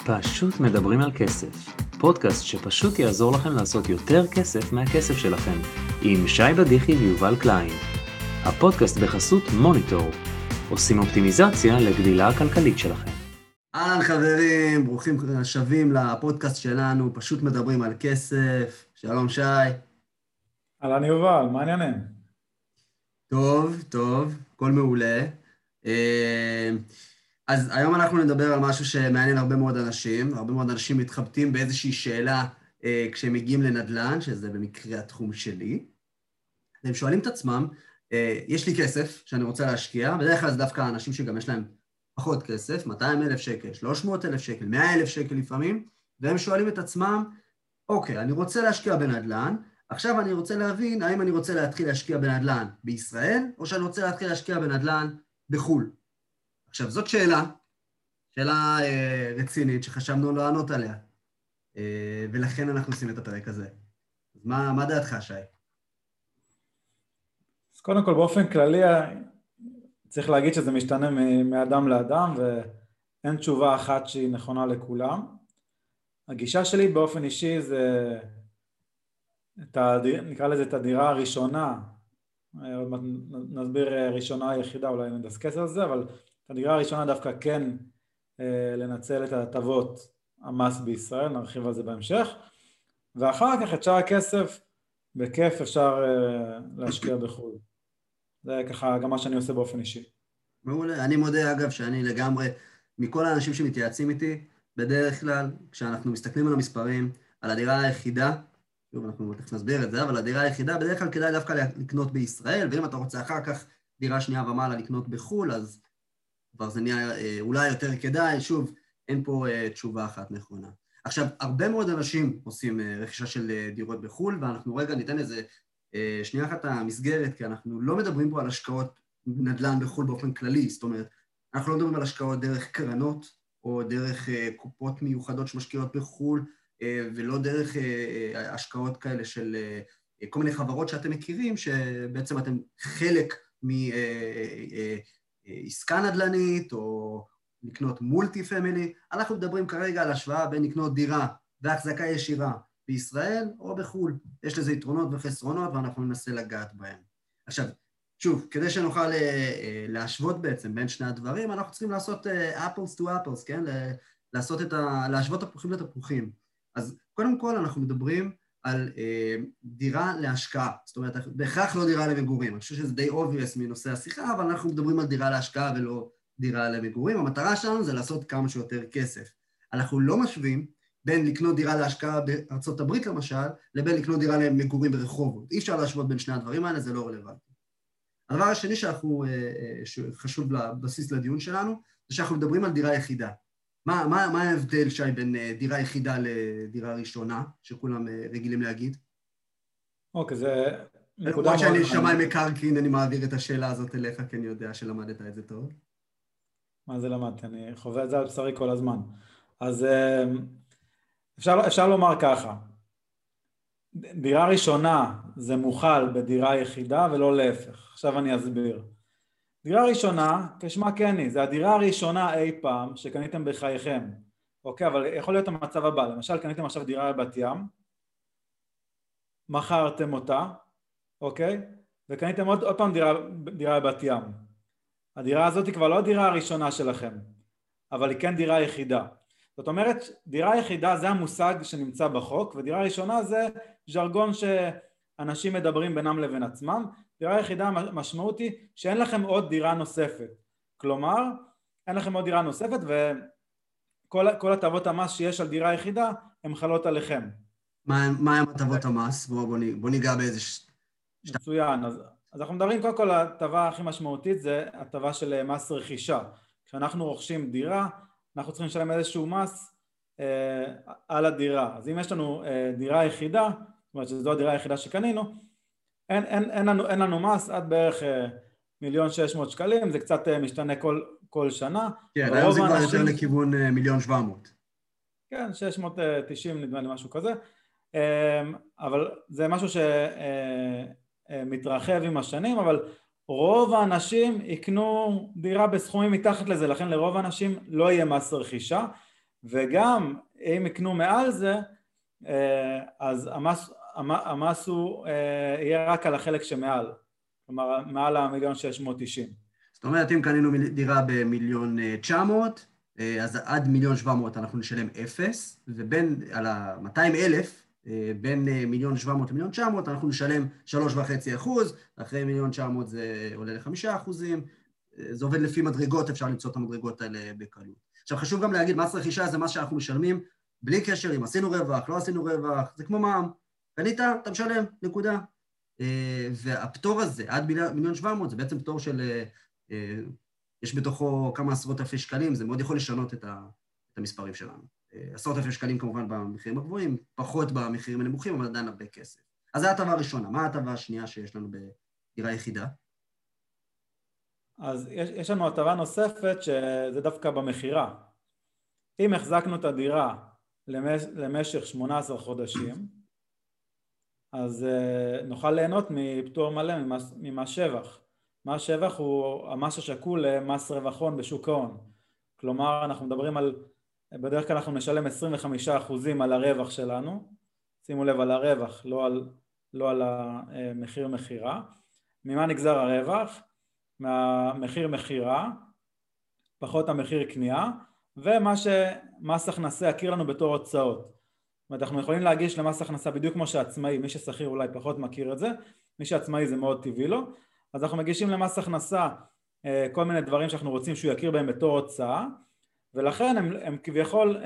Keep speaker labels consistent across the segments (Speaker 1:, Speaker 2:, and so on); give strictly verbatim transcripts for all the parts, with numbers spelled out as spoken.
Speaker 1: פשוט מדברים על כסף, פודקאסט שפשוט יעזור לכם לעשות יותר כסף מהכסף שלכם, עם שי בדיחי ויובל קליין. הפודקאסט בחסות מוניטור, עושים אופטימיזציה לגדילה הכלכלית שלכם.
Speaker 2: אהלן חברים, ברוכים השבים לפודקאסט שלנו, פשוט מדברים על כסף. שלום שי.
Speaker 3: אהלן יובל, מה העניינים?
Speaker 2: טוב, טוב, הכל מעולה. אז היום אנחנו נדבר על משהו שמעניין הרבה מאוד אנשים, הרבה מאוד אנשים מתחבטים באיזושהי שאלה כשהם מגיעים לנדל"ן, שזה במקרה התחום שלי. הם שואלים את עצמם, יש לי כסף שאני רוצה להשקיע, בדרך כלל זה דווקא אנשים שגם יש להם פחות כסף, מאתיים אלף שקל, שלוש מאות אלף שקל, מאה אלף שקל לפעמים, והם שואלים את עצמם, אוקיי, אני רוצה להשקיע בנדל"ן, עכשיו אני רוצה להבין האם אני רוצה להתחיל להשקיע בנדל"ן בישראל, או שאני רוצה להתחיל להשקיע בנדל"ן בחו"ל. עכשיו, זאת שאלה, שאלה אה, רצינית שחשבנו לענות עליה, אה, ולכן אנחנו עושים את הפרק הזה. אז מה, מה דעתך, שי?
Speaker 3: אז קודם כל, באופן כללי, צריך להגיד שזה משתנה מאדם לאדם, ואין תשובה אחת שהיא נכונה לכולם. הגישה שלי באופן אישי זה, את הדיר, נקרא לזה את הדירה הראשונה, נסביר ראשונה היחידה, אולי נדסקס על זה, אבל את הדירה הראשונה דווקא כן לנצל את ההטבות המס בישראל, נרחיב על זה בהמשך, ואחר כך את שאר הכסף, בכיף אפשר להשקיע בחו"ל. זה ככה גם מה שאני עושה באופן אישי.
Speaker 2: מעולה. אני מודה אגב שאני לגמרי, מכל האנשים שמתייעצים איתי, בדרך כלל, כשאנחנו מסתכלים על המספרים, על הדירה היחידה, שוב, אנחנו תכף נסביר את זה, אבל הדירה היחידה, בדרך כלל כדאי דווקא לקנות בישראל, ואם אתה רוצה אחר כך דירה שנייה ומעלה לקנות בחו"ל, אז כבר זה נהיה אולי יותר כדאי. שוב, אין פה תשובה אחת נכונה. עכשיו, הרבה מאוד אנשים עושים רכישה של דירות בחו"ל, ואנחנו רגע ניתן איזה שנייה אחת המסגרת, כי אנחנו לא מדברים פה על השקעות נדל"ן בחו"ל באופן כללי, זאת אומרת, אנחנו לא מדברים על השקעות דרך קרנות, או דרך קופות מיוחדות שמשקיעות בחו"ל, ולא דרך השקעות כאלה של כל מיני חברות שאתם מכירים, שבעצם אתם חלק מעסקה נדל"נית, או לקנות מולטי פמילי. אנחנו מדברים כרגע על השוואה בין לקנות דירה והחזקה ישירה בישראל או בחו"ל. יש לזה יתרונות וחסרונות, ואנחנו ננסה לגעת בהם. עכשיו, שוב, כדי שנוכל להשוות בעצם בין שני הדברים, אנחנו צריכים לעשות apples to apples, כן? לעשות את ה... להשוות תפוחים לתפוחים. אז קודם כל אנחנו מדברים על אה, דירה להשקעה, זאת אומרת, בהכרח לא דירה למגורים. אני חושב שזה די obvious מנושא השיחה, אבל אנחנו מדברים על דירה להשקעה ולא דירה למגורים. המטרה שלנו זה לעשות כמה שיותר כסף. אנחנו לא משווים בין לקנות דירה להשקעה בארצות הברית למשל, לבין לקנות דירה למגורים ברחובות. אי אפשר להשוות בין שני הדברים האלה, זה לא רלוונטי. הדבר השני שאנחנו, שחשוב לבסיס לדיון שלנו, זה שאנחנו מדברים על דירה יחידה. מה, מה, מה ההבדל, שי, בין דירה יחידה לדירה ראשונה, שכולם רגילים להגיד?
Speaker 3: אוקיי, זה...
Speaker 2: למרות שאני שמאי מקרקעין, אני מעביר את השאלה הזאת אליך, כי אני יודע שלמדת את זה טוב.
Speaker 3: מה זה למדתי? אני חווה את זה על בשרי כל הזמן. אז אפשר, אפשר לומר ככה, דירה ראשונה זה מוחל בדירה יחידה ולא להפך. עכשיו אני אסביר. דירה ראשונה, כשמה כן היא, זה הדירה הראשונה אי פעם שקניתם בחייכם. אוקיי, אבל יכול להיות המצב הבא. למשל, קניתם עכשיו דירה בבת ים, מכרתם אותה, אוקיי? וקניתם עוד, עוד פעם דירה, דירה בבת ים. הדירה הזאת היא כבר לא הדירה הראשונה שלכם, אבל היא כן דירה יחידה. זאת אומרת, דירה יחידה זה המושג שנמצא בחוק, ודירה ראשונה זה ז'רגון שאנשים מדברים בינם לבין עצמם. דירה יחידה משמעות היא שאין לכם עוד דירה נוספת. כלומר, אין לכם עוד דירה נוספת, וכל כל הטבות המס שיש על דירה יחידה, הן חלות עליכם.
Speaker 2: מה, מה הם הטבות המס? בוא, בוא, בוא ניגע באיזה... ש...
Speaker 3: מצוין. אז, אז אנחנו מדברים, קודם כל, הטבה הכי משמעותית זה הטבה של מס רכישה. כשאנחנו רוכשים דירה, אנחנו צריכים לשלם איזשהו מס אה, על הדירה. אז אם יש לנו אה, דירה יחידה, זאת אומרת שזו הדירה היחידה שקנינו, אין, אין, אין, לנו, אין לנו מס עד בערך אה, מיליון שש מאות שקלים, זה קצת אה, משתנה כל, כל שנה.
Speaker 2: כן, היום זה כבר יותר לכיוון אה, מיליון שבע מאות.
Speaker 3: כן, שש מאות תשעים נדמה לי משהו כזה, אה, אבל זה משהו שמתרחב אה, אה, עם השנים, אבל רוב האנשים יקנו דירה בסכומים מתחת לזה, לכן לרוב האנשים לא יהיה מס רכישה, וגם אם יקנו מעל זה, אז המס, המס הוא יהיה רק על החלק שמעל, כלומר מעל המיליון שש מאות תשעים.
Speaker 2: זאת אומרת, אם קנינו דירה במיליון תשע מאות, אז עד מיליון שבע מאות אנחנו נשלם אפס, ובין על ה-מאתיים אלף, בין מיליון שבע מאות למיליון תשע מאות, אנחנו נשלם שלוש וחצי אחוז, אחרי מיליון תשע מאות זה עולה לחמישה אחוזים, זה עובד לפי מדרגות, אפשר למצוא את המדרגות האלה בקלות. עכשיו חשוב גם להגיד, מס רכישה זה מה שאנחנו משלמים, בלי קשר אם עשינו רווח, לא עשינו רווח, זה כמו מע"מ, קנית, אתה משלם, נקודה. והפטור הזה, עד מיליון שבע מאות, זה בעצם פטור של, יש בתוכו כמה עשרות אלפי שקלים, זה מאוד יכול לשנות את המספרים שלנו. עשרות אלפי שקלים כמובן במחירים הגבוהים, פחות במחירים הנמוכים, אבל עדיין הרבה כסף. אז זו ההטבה הראשונה. מה ההטבה השנייה שיש לנו בדירה יחידה?
Speaker 3: אז יש, יש לנו הטבה נוספת שזה דווקא במחירה. אם החזקנו את הדירה למש, למשך שמונה עשרה חודשים, אז uh, נוכל ליהנות מפטור מלא ממס, ממס שבח. מס שבח הוא המס השקול למס רווח הון בשוק ההון. כלומר, אנחנו מדברים על, בדרך כלל אנחנו נשלם עשרים וחמישה אחוז על הרווח שלנו, שימו לב על הרווח, לא על, לא על המחיר מחירה. ממה נגזר הרווח? מהמחיר מחירה, פחות המחיר קנייה, ומה שמס הכנסה יכיר לנו בתור הוצאות. זאת אומרת, אנחנו יכולים להגיש למס הכנסה בדיוק כמו שעצמאי, מי ששכיר אולי פחות מכיר את זה, מי שעצמאי זה מאוד טבעי לו, אז אנחנו מגישים למס הכנסה כל מיני דברים שאנחנו רוצים שהוא יכיר בהם בתור הוצאה, ולכן הם, הם כביכול,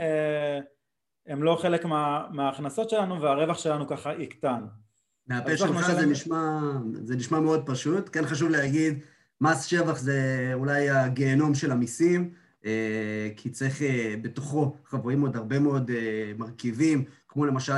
Speaker 3: הם לא חלק מה, מההכנסות שלנו, והרווח שלנו ככה יקטן.
Speaker 2: מהפה שלך זה נשמע, זה נשמע מאוד פשוט, כן חשוב להגיד, מס שבח זה אולי הגיהנום של המיסים, כי צריך בתוכו, אנחנו רואים עוד הרבה מאוד מרכיבים, כמו למשל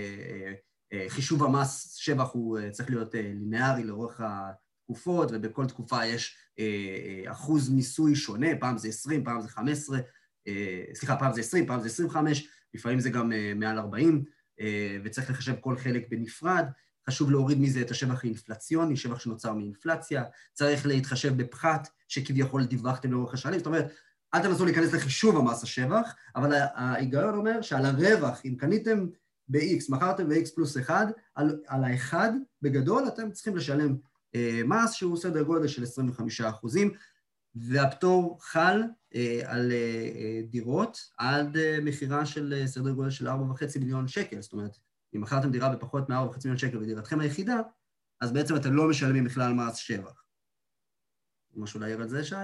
Speaker 2: חישוב המס שבח הוא צריך להיות לינארי לאורך התקופות, ובכל תקופה יש אחוז מיסוי שונה, פעם זה עשרים, פעם זה חמש עשרה, סליחה, פעם זה עשרים, פעם זה עשרים וחמש, לפעמים זה גם מעל ארבעים, וצריך לחשב כל חלק בנפרד, חשוב להוריד מזה את השבח האינפלציוני, שבח שנוצר מאינפלציה, צריך להתחשב בפחת שכביכול דיווחתם לאורך השנים, זאת אומרת, אל תנסו להיכנס לחישוב המס השבח, אבל ההיגיון אומר שעל הרווח, אם קניתם ב-X, מכרתם ב-X פלוס אחד, על, על ה-אחד בגדול אתם צריכים לשלם אה, מס שהוא סדר גודל של עשרים וחמישה אחוזים, והפטור חל אה, על אה, דירות עד אה, מחירה של אה, סדר גודל של ארבע וחצי מיליון שקל, זאת אומרת, אם מכרתם דירה בפחות מ-ארבע וחצי מיליון שקל ודירתכם היחידה, אז בעצם אתם לא משלמים בכלל מס שבח. משהו להעיר על זה, שי?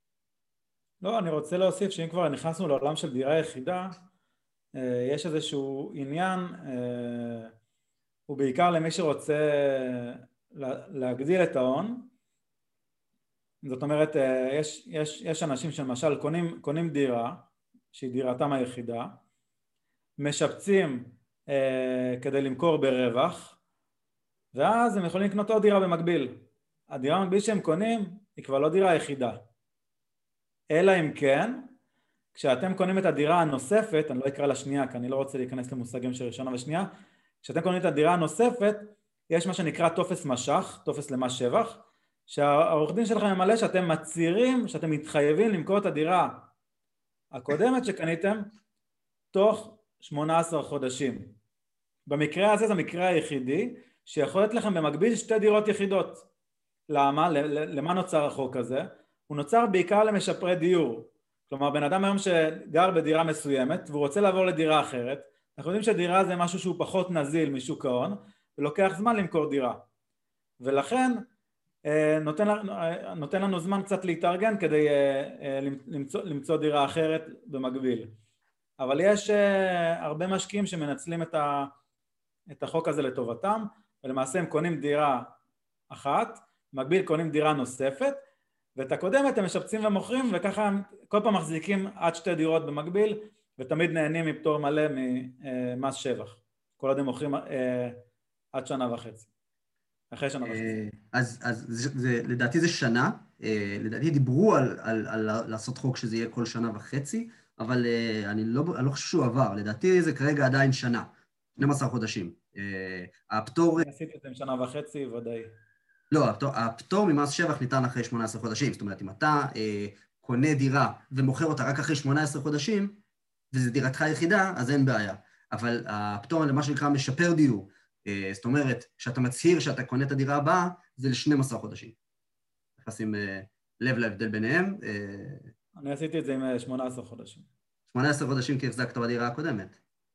Speaker 3: לא, אני רוצה להוסיף שאם כבר נכנסנו לעולם של דירה יחידה, יש איזשהו עניין, הוא בעיקר למי שרוצה להגדיל את ההון. זאת אומרת, יש, יש, יש אנשים שלמשל קונים, קונים דירה, שהיא דירתם היחידה, משפצים כדי למכור ברווח, ואז הם יכולים לקנות עוד דירה במקביל. הדירה במקביל שהם קונים היא כבר לא דירה יחידה. אלא אם כן, כשאתם קונים את הדירה הנוספת, אני לא אקרא לה שנייה, כי אני לא רוצה להיכנס למושגים של ראשונה ושנייה, כשאתם קונים את הדירה הנוספת, יש מה שנקרא טופס משך, טופס למס שבח, שהעורך דין שלכם ממלא שאתם מצהירים, שאתם מתחייבים למכור את הדירה הקודמת שקניתם, תוך שמונה עשרה חודשים. במקרה הזה זה המקרה היחידי, שיכול להיות לכם במקביל שתי דירות יחידות. למה? למה נוצר החוק הזה? הוא נוצר בעיקר למשפרי דיור. כלומר, בן אדם היום שגר בדירה מסוימת, והוא רוצה לעבור לדירה אחרת, אנחנו יודעים שדירה זה משהו שהוא פחות נזיל משוק ההון, ולוקח זמן למכור דירה. ולכן, נותן, נותן לנו זמן קצת להתארגן כדי למצוא, למצוא דירה אחרת במקביל. אבל יש הרבה משקיעים שמנצלים את, ה, את החוק הזה לטובתם, ולמעשה הם קונים דירה אחת, במקביל קונים דירה נוספת, ואת הקודמת הם משפצים ומוכרים, וככה הם כל פעם מחזיקים עד שתי דירות במקביל, ותמיד נהנים מפטור מלא ממס שבח. כל עוד הם מוכרים עד שנה וחצי. אחרי שנה וחצי.
Speaker 2: אז, אז זה, זה, לדעתי זה שנה, לדעתי דיברו על, על, על לעשות חוק שזה יהיה כל שנה וחצי, אבל אני לא, אני לא חושב שהוא עבר, לדעתי זה כרגע עדיין שנה, שנים עשר חודשים. הפטור...
Speaker 3: עשיתי את זה עם שנה וחצי, ודאי.
Speaker 2: לא, הפטור, הפטור ממס שבח ניתן אחרי שמונה עשרה חודשים, זאת אומרת, אם אתה אה, קונה דירה ומוכר אותה רק אחרי שמונה עשרה חודשים, וזו דירתך היחידה, אז אין בעיה. אבל הפטור למה שנקרא משפר דיור, זאת אומרת, שאתה מצהיר שאתה קונה את הדירה הבאה, זה ל-שנים עשר חודשים. נכנסים לב להבדל ביניהם.
Speaker 3: אני עשיתי את זה עם שמונה עשרה חודשים.
Speaker 2: שמונה עשרה חודשים כי החזקת בדירה הקודמת.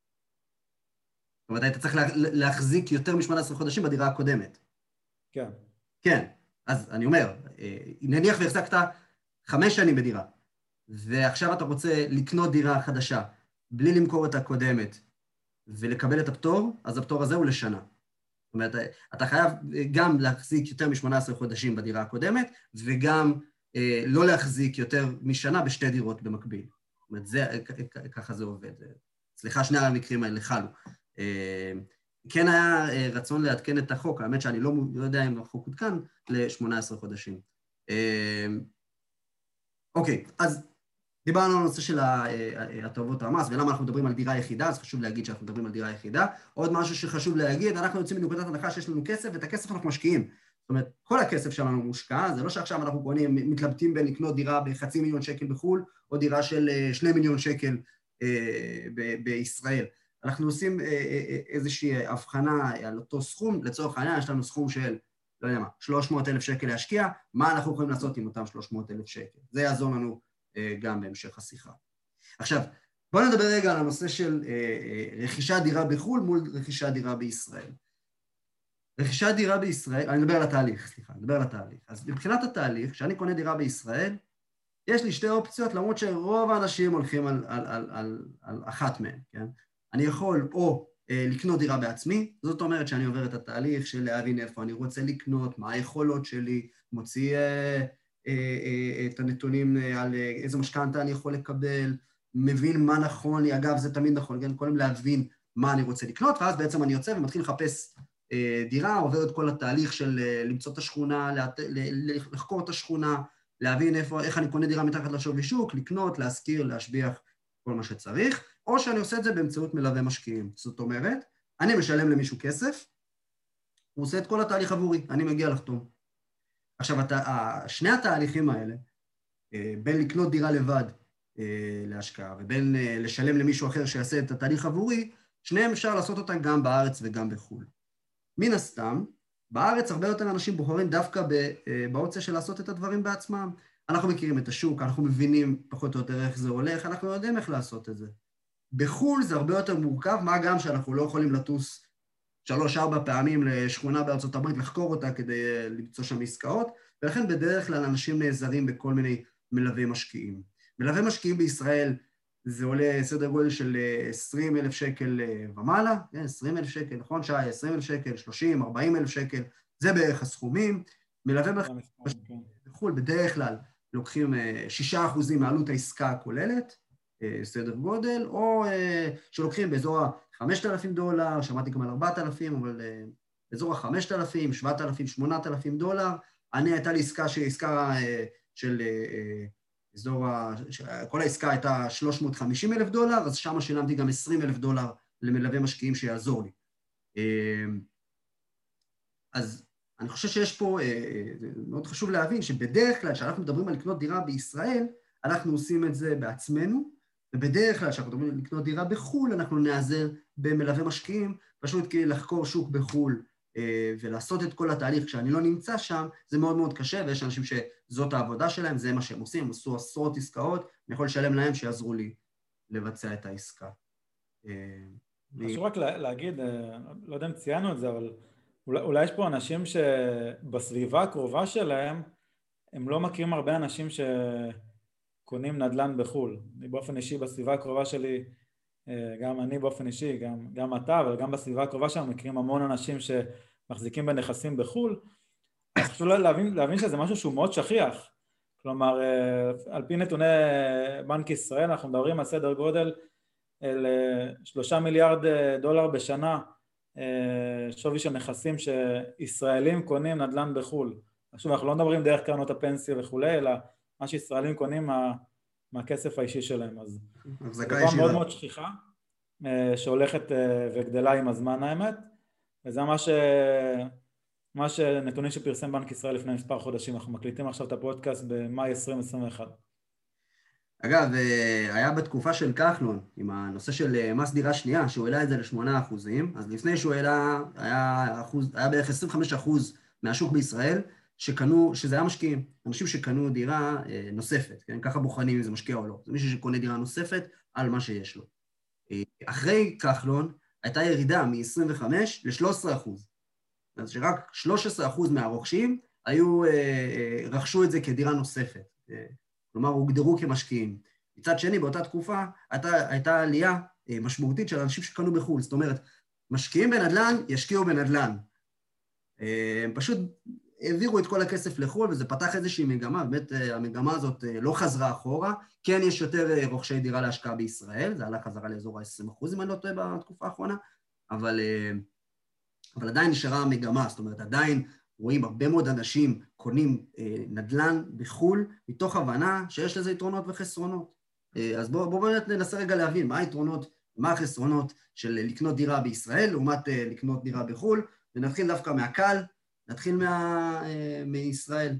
Speaker 2: זאת אומרת, היית צריך להחזיק יותר מ-שמונה עשרה חודשים בדירה הקודמת.
Speaker 3: כן.
Speaker 2: כן, אז אני אומר, נניח והחזקת חמש שנים בדירה, ועכשיו אתה רוצה לקנות דירה חדשה, בלי למכור את הקודמת, ולקבל את הפטור, אז הפטור הזה הוא לשנה. זאת אומרת, אתה חייב גם להחזיק יותר מ-שמונה עשרה חודשים בדירה הקודמת, וגם אה, לא להחזיק יותר משנה בשתי דירות במקביל. זאת אומרת, זה, ככה זה עובד. סליחה, שני המקרים האלה חלו. אה, כן היה אה, רצון לעדכן את החוק, האמת שאני לא, לא יודע אם החוק עודכן, ל-שמונה עשרה חודשים. אה, אוקיי, אז דיברנו על הנושא של הטבות המס, ולמה אנחנו מדברים על דירה יחידה, אז חשוב להגיד שאנחנו מדברים על דירה יחידה. עוד משהו שחשוב להגיד, אנחנו יוצאים מנקודת הנחה שיש לנו כסף, ואת הכסף אנחנו משקיעים. זאת אומרת, כל הכסף שלנו מושקע, זה לא שעכשיו אנחנו קונים, מתלבטים בין לקנות דירה בחצי מיליון שקל בחו"ל, או דירה של שני מיליון שקל ב- בישראל. אנחנו עושים איזושהי הבחנה על אותו סכום, לצורך העניין יש לנו סכום של, לא יודע מה, שלוש מאות אלף שקל להשקיע, מה אנחנו יכולים לעשות עם אותם שלוש מאות אלף שקל? זה יעזור לנו גם בהמשך השיחה. עכשיו, בואו נדבר רגע על הנושא של רכישת דירה בחו"ל מול רכישת דירה בישראל. רכישת דירה בישראל, אני מדבר על התהליך, סליחה, אני מדבר על התהליך. אז מבחינת התהליך, כשאני קונה דירה בישראל, יש לי שתי אופציות, למרות שרוב האנשים הולכים על, על, על, על, על אחת מהן, כן? אני יכול או אה, לקנות דירה בעצמי, זאת אומרת שאני עובר את התהליך של להבין איפה אני רוצה לקנות, מה היכולות שלי, מוציא אה, אה, אה, את הנתונים על איזה משכנתה אני יכול לקבל, מבין מה נכון לי, אגב זה תמיד נכון, כן? קודם להבין מה אני רוצה לקנות, ואז בעצם אני יוצא ומתחיל לחפש אה, דירה, עובר את כל התהליך של אה, למצוא את השכונה, לה, לחקור את השכונה, להבין איפה, איך אני קונה דירה מתחת לשווי שוק, לקנות, להשכיר, להשביח, כל מה שצריך, או שאני עושה את זה באמצעות מלווה משקיעים. זאת אומרת, אני משלם למישהו כסף, הוא עושה את כל התהליך עבורי, אני מגיע לחתום. עכשיו, שני התהליכים האלה, בין לקנות דירה לבד להשקעה, ובין לשלם למישהו אחר שיעשה את התהליך עבורי, שניהם אפשר לעשות אותם גם בארץ וגם בחו"ל. מן הסתם, בארץ הרבה יותר אנשים בוחרים דווקא באופציה של לעשות את הדברים בעצמם. אנחנו מכירים את השוק, אנחנו מבינים פחות או יותר איך זה הולך, אנחנו יודעים איך לעשות את זה. בחו"ל זה הרבה יותר מורכב, מה גם שאנחנו לא יכולים לטוס שלוש-ארבע פעמים לשכונה בארצות הברית, לחקור אותה כדי למצוא שם עסקאות, ולכן בדרך כלל אנשים נעזרים בכל מיני מלווי משקיעים. מלווי משקיעים בישראל זה עולה סדר גודל של עשרים אלף שקל ומעלה, עשרים אלף שקל, נכון שי? עשרים אלף שקל, שלושים, ארבעים אלף שקל, זה בערך הסכומים. מלווה משקיעים בחו"ל בדרך כלל לוקחים שישה אחוזים מעלות העסקה הכוללת, סדר גודל, או שלוקחים באזור ה-חמשת אלפים דולר, שמעתי גם על ארבעת אלפים, אבל באזור ה-חמשת אלפים, שבעת אלפים, שמונת אלפים דולר. אני הייתה לי עסקה שעסקה של אזור, כל העסקה הייתה שלוש מאות וחמישים אלף דולר, אז שם שילמתי גם עשרים אלף דולר למלווה משקיעים שיעזור לי. אז אני חושב שיש פה, מאוד חשוב להבין שבדרך כלל, כשאנחנו מדברים על לקנות דירה בישראל, אנחנו עושים את זה בעצמנו, ובדרך כלל, כשאנחנו מדברים על לקנות דירה בחו"ל, אנחנו נעזר במלווה משקיעים, פשוט כי לחקור שוק בחו"ל ולעשות את כל התהליך כשאני לא נמצא שם, זה מאוד מאוד קשה, ויש אנשים שזאת העבודה שלהם, זה מה שהם עושים, עשו עשרות עסקאות, אני יכול לשלם להם שיעזרו לי לבצע את העסקה.
Speaker 3: חשוב רק להגיד, לא יודע אם ציינו את זה, אבל אולי יש פה אנשים שבסביבה הקרובה שלהם, הם לא מכירים הרבה אנשים שקונים נדל"ן בחו"ל. אני באופן אישי, בסביבה הקרובה שלי, גם אני באופן אישי, גם, גם אתה, אבל גם בסביבה הקרובה שלנו, מכירים המון אנשים שמחזיקים בנכסים בחו"ל. אז חשוב להבין, להבין שזה משהו שהוא מאוד שכיח. כלומר, על פי נתוני בנק ישראל, אנחנו מדברים על סדר גודל על שלושה מיליארד דולר בשנה, שווי של נכסים שישראלים קונים נדל"ן בחו"ל. עכשיו, אנחנו לא מדברים דרך קרנות הפנסיה וכו', אלא מה שישראלים קונים מה, מהכסף האישי שלהם. אז זו דבר מאוד מאוד שכיחה, שהולכת וגדלה עם הזמן האמת, וזה מה ש... מה שנתונים שפרסם בנק ישראל לפני מספר חודשים. אנחנו מקליטים עכשיו את הפודקאסט במאי עשרים עשרים ואחת.
Speaker 2: אגב, היה בתקופה של כחלון, עם הנושא של מס דירה שנייה, שהוא העלה את זה ל-שמונה אחוזים, אז לפני שהוא העלה, היה, אחוז, היה בערך עשרים וחמישה אחוז מהשוק בישראל, שקנו, שזה היה משקיעים, אנשים שקנו דירה נוספת, כן? ככה בוחנים אם זה משקיע או לא. זה מישהו שקונה דירה נוספת על מה שיש לו. אחרי כחלון, הייתה ירידה מ-עשרים וחמש ל-שלושה עשר אחוז. אז שרק שלושה עשר אחוז מהרוכשים היו, רכשו את זה כדירה נוספת. כלומר, הוגדרו כמשקיעים. מצד שני, באותה תקופה, הייתה, הייתה עלייה משמעותית של אנשים שקנו בחו"ל. זאת אומרת, משקיעים בנדל"ן, ישקיעו בנדל"ן. הם פשוט העבירו את כל הכסף לחו"ל, וזה פתח איזושהי מגמה, באמת המגמה הזאת לא חזרה אחורה, כן יש יותר רוכשי דירה להשקעה בישראל, זה עלה חזרה לאזור ה-עשרים אחוז, אם אני לא טועה בתקופה האחרונה, אבל, אבל עדיין נשארה המגמה, זאת אומרת, עדיין רואים הרבה מאוד אנשים קונים נדל"ן בחו"ל, מתוך הבנה שיש לזה יתרונות וחסרונות. אז בואו בוא באמת ננסה רגע להבין מה היתרונות, מה החסרונות של לקנות דירה בישראל, לעומת לקנות דירה בחו"ל, ונתחיל דווקא מהקל, נתחיל מה, מישראל.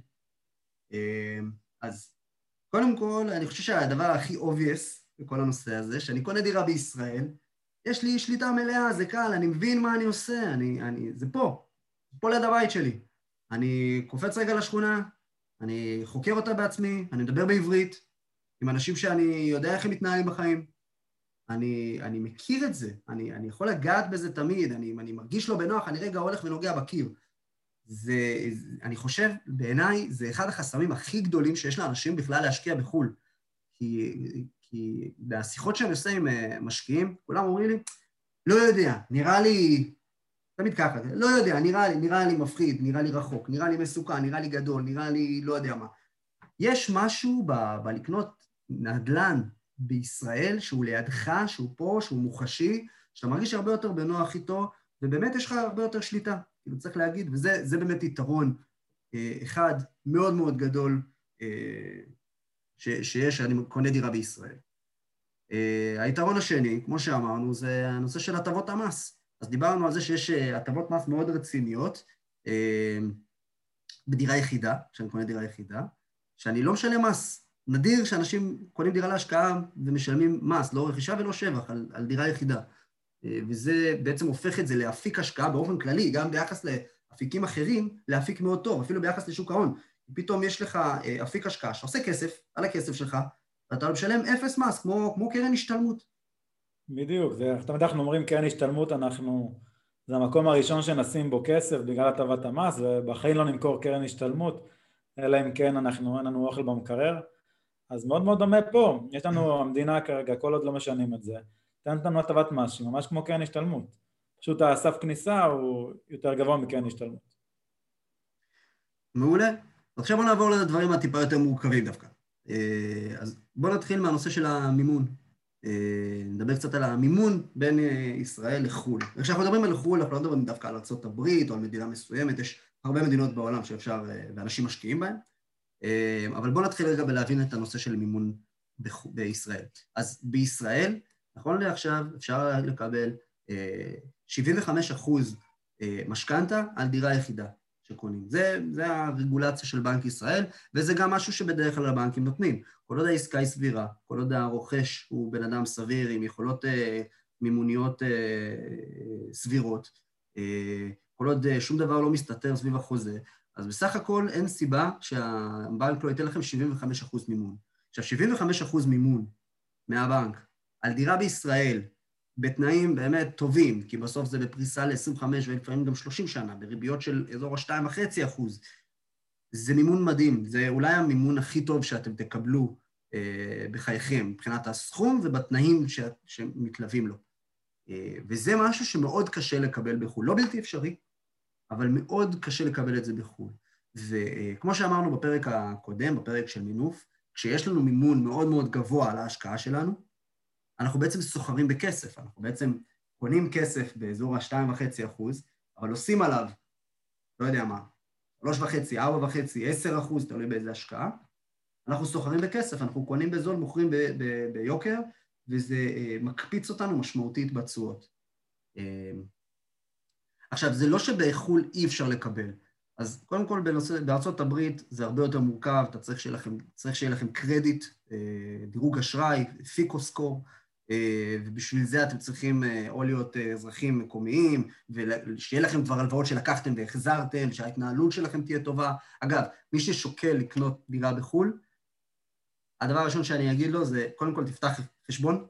Speaker 2: אז קודם כל, אני חושב שהדבר הכי obvious בכל הנושא הזה, שאני קונה דירה בישראל, יש לי שליטה מלאה, זה קל, אני מבין מה אני עושה, אני, אני, זה פה, פה ליד הבית שלי. אני קופץ רגע לשכונה, אני חוקר אותה בעצמי, אני מדבר בעברית, עם אנשים שאני יודע איך הם מתנהלים בחיים. אני, אני מכיר את זה, אני, אני יכול לגעת בזה תמיד, אני, אני מרגיש לא בנוח, אני רגע הולך ונוגע בקיר. זה, אני חושב, בעיניי, זה אחד החסמים הכי גדולים שיש לאנשים בכלל להשקיע בחו"ל. כי, כי בשיחות שאני עושה עם משקיעים, כולם אומרים לי, לא יודע, נראה לי, תמיד ככה, לא יודע, נראה לי, נראה לי מפחיד, נראה לי רחוק, נראה לי מסוכן, נראה לי גדול, נראה לי לא יודע מה. יש משהו ב, בלקנות נדל"ן בישראל, שהוא לידך, שהוא פה, שהוא מוחשי, שאתה מרגיש הרבה יותר בנוח איתו, ובאמת יש לך הרבה יותר שליטה, כאילו צריך להגיד, וזה זה באמת יתרון אה, אחד מאוד מאוד גדול אה, ש, שיש, שאני קונה דירה בישראל. אה, היתרון השני, כמו שאמרנו, זה הנושא של הטבות המס. אז דיברנו על זה שיש הטבות מס מאוד רציניות, אה, בדירה יחידה, שאני קונה דירה יחידה, שאני לא משלם מס. נדיר שאנשים קונים דירה להשקעה ומשלמים מס, לא רכישה ולא שבח, על, על דירה יחידה. וזה בעצם הופך את זה להפיק השקעה באופן כללי, גם ביחס לאפיקים אחרים, להפיק מאוד טוב, אפילו ביחס לשוק ההון. פתאום יש לך אפיק השקעה שעושה כסף על הכסף שלך, ואתה משלם אפס מס, כמו, כמו קרן השתלמות.
Speaker 3: בדיוק, זה, תמיד אנחנו אומרים קרן השתלמות, אנחנו, זה המקום הראשון שנשים בו כסף בגלל הטבת המס, ובחיים לא נמכור קרן השתלמות, אלא אם כן אנחנו, אין לנו אוכל במקרר. אז מאוד מאוד דומה פה, יש לנו המדינה כרגע, כל עוד לא משנים את זה, תנת לנו הטבת מס, שממש כמו קרן השתלמות. פשוט הסף כניסה הוא יותר גבוה מקרן השתלמות.
Speaker 2: מעולה. עכשיו בוא נעבור לדברים הטיפה יותר מורכבים דווקא. אז בוא נתחיל מהנושא של המימון. נדבר קצת על המימון בין ישראל לחו"ל. וכשאנחנו מדברים על חו"ל, אנחנו לא מדברים דווקא על ארצות הברית או על מדינה מסוימת, יש הרבה מדינות בעולם שאפשר, ואנשים משקיעים בהן. אבל בוא נתחיל רגע בלהבין את הנושא של מימון בישראל. אז בישראל, נכון לעכשיו, אפשר לקבל שבעים וחמישה אחוז משכנתה על דירה יחידה שקונים. זה, זה הרגולציה של בנק ישראל, וזה גם משהו שבדרך כלל הבנקים נותנים. כל עוד העסקה היא סבירה, כל עוד הרוכש הוא בן אדם סביר עם יכולות מימוניות סבירות, כל עוד שום דבר לא מסתתר סביב החוזה, אז בסך הכל אין סיבה שהבנק לא ייתן לכם שבעים וחמישה אחוז מימון. עכשיו, שבעים וחמישה אחוז מימון מהבנק על דירה בישראל, בתנאים באמת טובים, כי בסוף זה בפריסה ל-עשרים וחמש ולפעמים גם שלושים שנה, בריביות של אזור ה-שתיים נקודה חמש אחוז. זה מימון מדהים, זה אולי המימון הכי טוב שאתם תקבלו אה, בחייכם, מבחינת הסכום ובתנאים ש... שמתלווים לו. אה, וזה משהו שמאוד קשה לקבל בחו"ל, לא בלתי אפשרי, אבל מאוד קשה לקבל את זה בחו"ל. וכמו שאמרנו בפרק הקודם, בפרק של מינוף, כשיש לנו מימון מאוד מאוד גבוה על ההשקעה שלנו, אנחנו בעצם סוחרים בכסף, אנחנו בעצם קונים כסף באזור ה-שתיים נקודה חמש אחוז, אבל עושים עליו, לא יודע מה, שלוש נקודה חמש, ארבע נקודה חמש, עשר אחוז, תלוי באיזה השקעה, אנחנו סוחרים בכסף, אנחנו קונים בזול, מוכרים ב- ב- ביוקר, וזה uh, מקפיץ אותנו משמעותית בתשואות. Uh, עכשיו, זה לא שבחול אי אפשר לקבל, אז קודם כל, בנושא, בארצות הברית זה הרבה יותר מורכב, אתה צריך שיהיה לכם, צריך שיהיה לכם קרדיט, דירוג אשראי, פיקו סקור, ובשביל זה אתם צריכים או להיות אזרחים מקומיים, ושיהיה לכם כבר הלוואות שלקחתם והחזרתם, שההתנהלות שלכם תהיה טובה. אגב, מי ששוקל לקנות דירה בחו"ל, הדבר הראשון שאני אגיד לו זה, קודם כל תפתח חשבון,